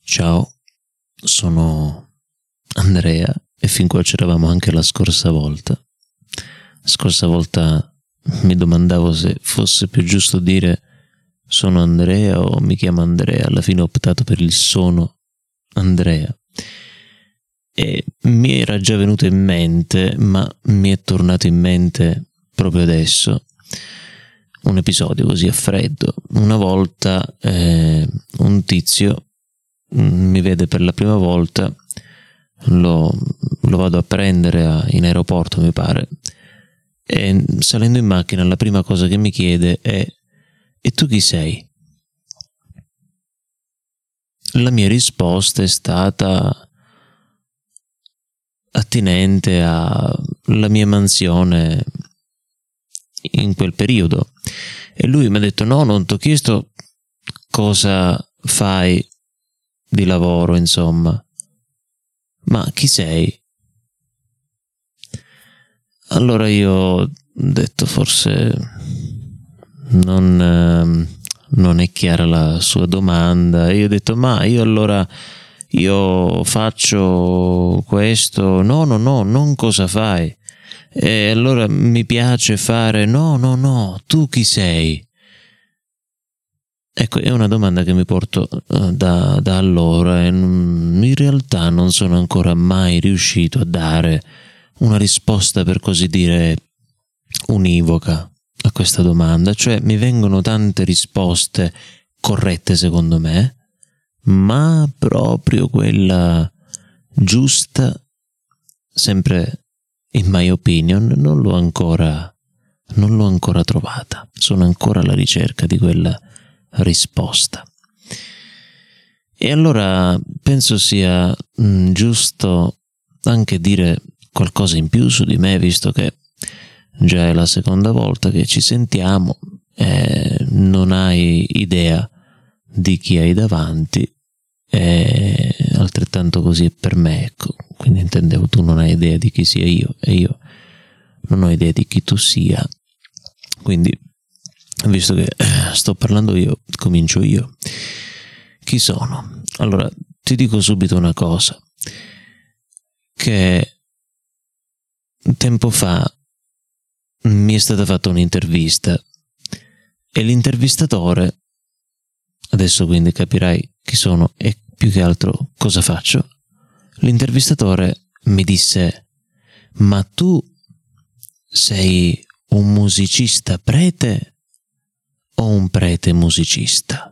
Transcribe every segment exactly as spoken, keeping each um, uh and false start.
Ciao, sono Andrea e fin qua c'eravamo anche la scorsa volta. La scorsa volta mi domandavo se fosse più giusto dire sono Andrea o mi chiamo Andrea. Alla fine ho optato per il sono Andrea. E mi era già venuto in mente, ma mi è tornato in mente proprio adesso, un episodio così a freddo. Una volta eh, un tizio mi vede per la prima volta, lo, lo vado a prendere a, in aeroporto mi pare, e salendo in macchina la prima cosa che mi chiede è: e tu chi sei? La mia risposta è stata attinente alla mia mansione in quel periodo, e lui mi ha detto: no, non ti ho chiesto cosa fai di lavoro, insomma, ma chi sei? Allora io ho detto forse non, eh, non è chiara la sua domanda, e io ho detto: ma io allora io faccio questo. No, no, no, non cosa fai. E allora mi piace fare. No, no, no, tu chi sei? Ecco, è una domanda che mi porto uh, da, da allora, e in realtà non sono ancora mai riuscito a dare una risposta, per così dire, univoca a questa domanda. Cioè, mi vengono tante risposte corrette secondo me, ma proprio quella giusta, sempre in my opinion, non l'ho ancora, non l'ho ancora trovata. Sono ancora alla ricerca di quella risposta. E allora penso sia mh, giusto anche dire qualcosa in più su di me, visto che già è la seconda volta che ci sentiamo e non hai idea di chi hai davanti, e altrettanto così è per me, ecco. Quindi intendevo, tu non hai idea di chi sia io e io non ho idea di chi tu sia, quindi visto che sto parlando io, comincio io. Chi sono? Allora, ti dico subito una cosa, che tempo fa mi è stata fatta un'intervista e l'intervistatore, adesso quindi capirai chi sono e più che altro cosa faccio, l'intervistatore mi disse: ma tu sei un musicista prete o un prete musicista?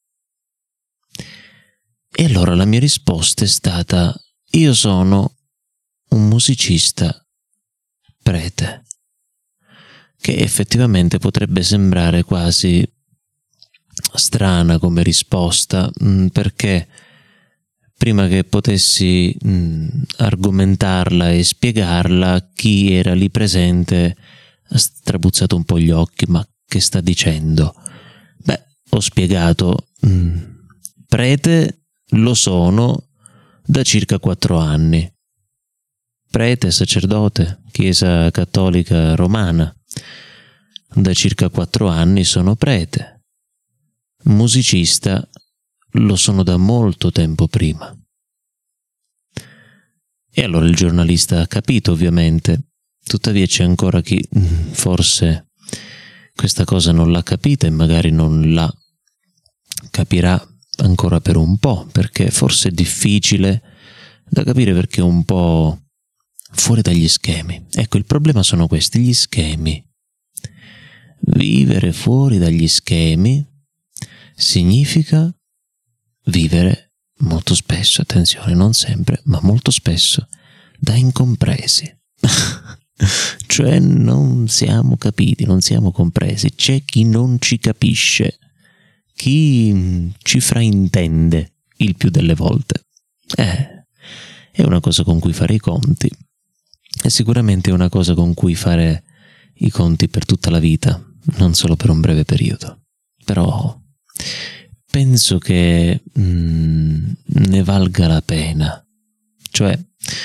E allora la mia risposta è stata: io sono un musicista prete, che effettivamente potrebbe sembrare quasi strana come risposta, perché prima che potessi mh, argomentarla e spiegarla, chi era lì presente ha strabuzzato un po' gli occhi. Ma che sta dicendo? Beh, ho spiegato, mh, prete lo sono da circa quattro anni, prete, sacerdote, Chiesa Cattolica Romana, da circa quattro anni sono prete, musicista lo sono da molto tempo prima. E allora il giornalista ha capito, ovviamente, tuttavia c'è ancora chi forse questa cosa non l'ha capita e magari non la capirà ancora per un po', perché forse è difficile da capire, perché è un po' fuori dagli schemi. Ecco, il problema sono questi, gli schemi. Vivere fuori dagli schemi significa vivere molto spesso, attenzione, non sempre, ma molto spesso, da incompresi. Cioè non siamo capiti, non siamo compresi. C'è chi non ci capisce, chi ci fraintende il più delle volte. Eh, è una cosa con cui fare i conti, e sicuramente è una cosa con cui fare i conti per tutta la vita, non solo per un breve periodo. Però penso che mh, ne valga la pena. Cioè,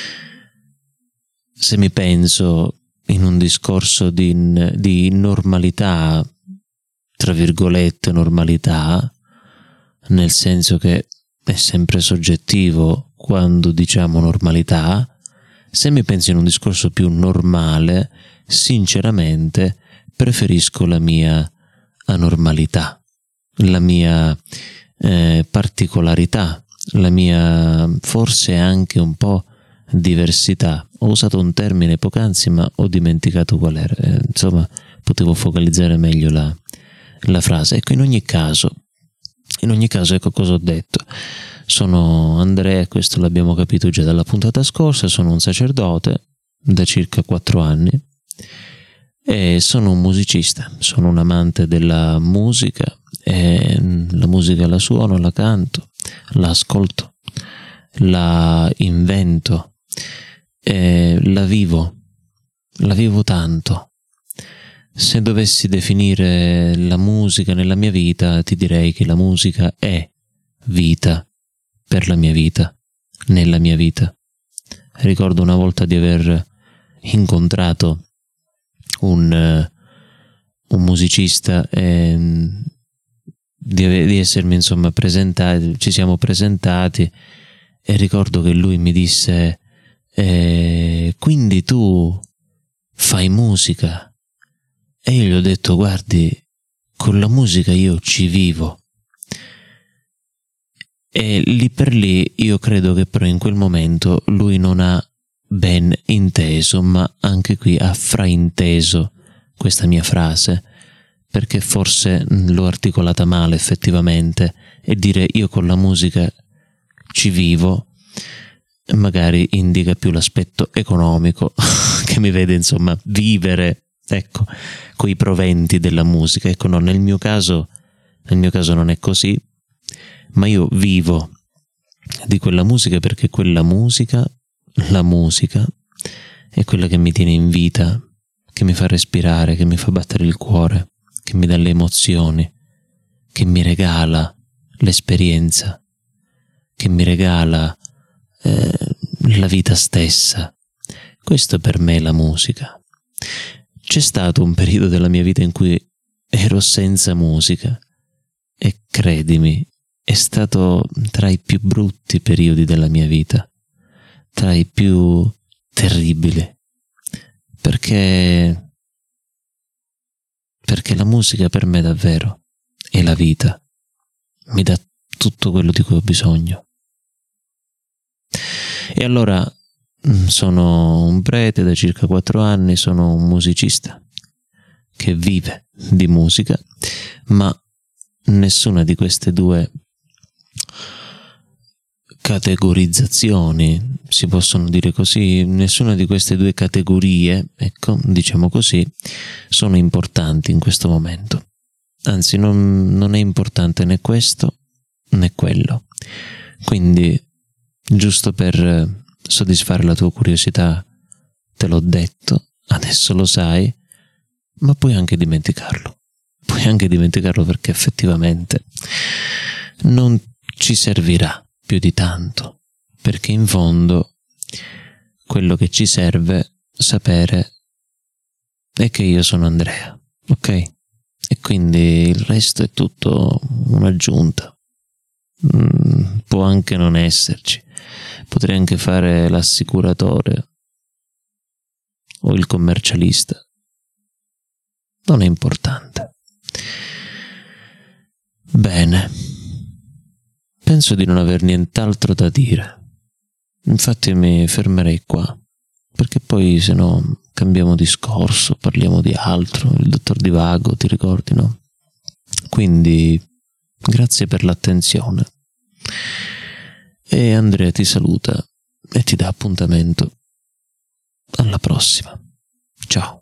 se mi penso in un discorso di, di normalità, tra virgolette normalità, nel senso che è sempre soggettivo quando diciamo normalità. Se mi pensi in un discorso più normale, sinceramente preferisco la mia anormalità, la mia eh, particolarità, la mia forse anche un po' diversità. Ho usato un termine poc'anzi ma ho dimenticato qual era, eh, insomma potevo focalizzare meglio la, la frase. Ecco, in ogni caso in ogni caso ecco cosa ho detto. Sono Andrea, questo l'abbiamo capito già dalla puntata scorsa, sono un sacerdote da circa quattro anni e sono un musicista, sono un amante della musica, e la musica la suono, la canto, la ascolto, la invento, e la vivo, la vivo tanto. Se dovessi definire la musica nella mia vita, ti direi che la musica è vita per la mia vita, nella mia vita. Ricordo una volta di aver incontrato un, uh, un musicista e di, di essermi insomma presentati, ci siamo presentati e ricordo che lui mi disse eh, quindi tu fai musica? E io gli ho detto guardi, con la musica io ci vivo. E lì per lì io credo che però in quel momento lui non ha ben inteso, ma anche qui ha frainteso questa mia frase, perché forse l'ho articolata male effettivamente, e dire io con la musica ci vivo magari indica più l'aspetto economico che mi vede insomma vivere, ecco, coi proventi della musica. Ecco, no, nel mio caso nel mio caso non è così, ma io vivo di quella musica perché quella musica, la musica, è quella che mi tiene in vita, che mi fa respirare, che mi fa battere il cuore, che mi dà le emozioni, che mi regala l'esperienza, che mi regala eh, la vita stessa. Questo per me è la musica. C'è stato un periodo della mia vita in cui ero senza musica e credimi, è stato tra i più brutti periodi della mia vita, tra i più terribili, perché perché la musica per me davvero è la vita, mi dà tutto quello di cui ho bisogno. E allora sono un prete da circa quattro anni, sono un musicista che vive di musica, ma nessuna di queste due categorizzazioni, si possono dire così, nessuna di queste due categorie, ecco, diciamo così, sono importanti in questo momento. Anzi, non, non è importante né questo né quello. Quindi, giusto per soddisfare la tua curiosità, te l'ho detto, adesso lo sai, ma puoi anche dimenticarlo. Puoi anche dimenticarlo perché effettivamente non ci servirà più di tanto, perché in fondo quello che ci serve sapere è che io sono Andrea, ok? E quindi il resto è tutto un'aggiunta. Mm, può anche non esserci, potrei anche fare l'assicuratore o il commercialista, non è importante. Bene, penso di non aver nient'altro da dire, infatti mi fermerei qua, perché poi se no cambiamo discorso, parliamo di altro, il dottor Divago, ti ricordi, no? Quindi grazie per l'attenzione e Andrea ti saluta e ti dà appuntamento alla prossima. Ciao.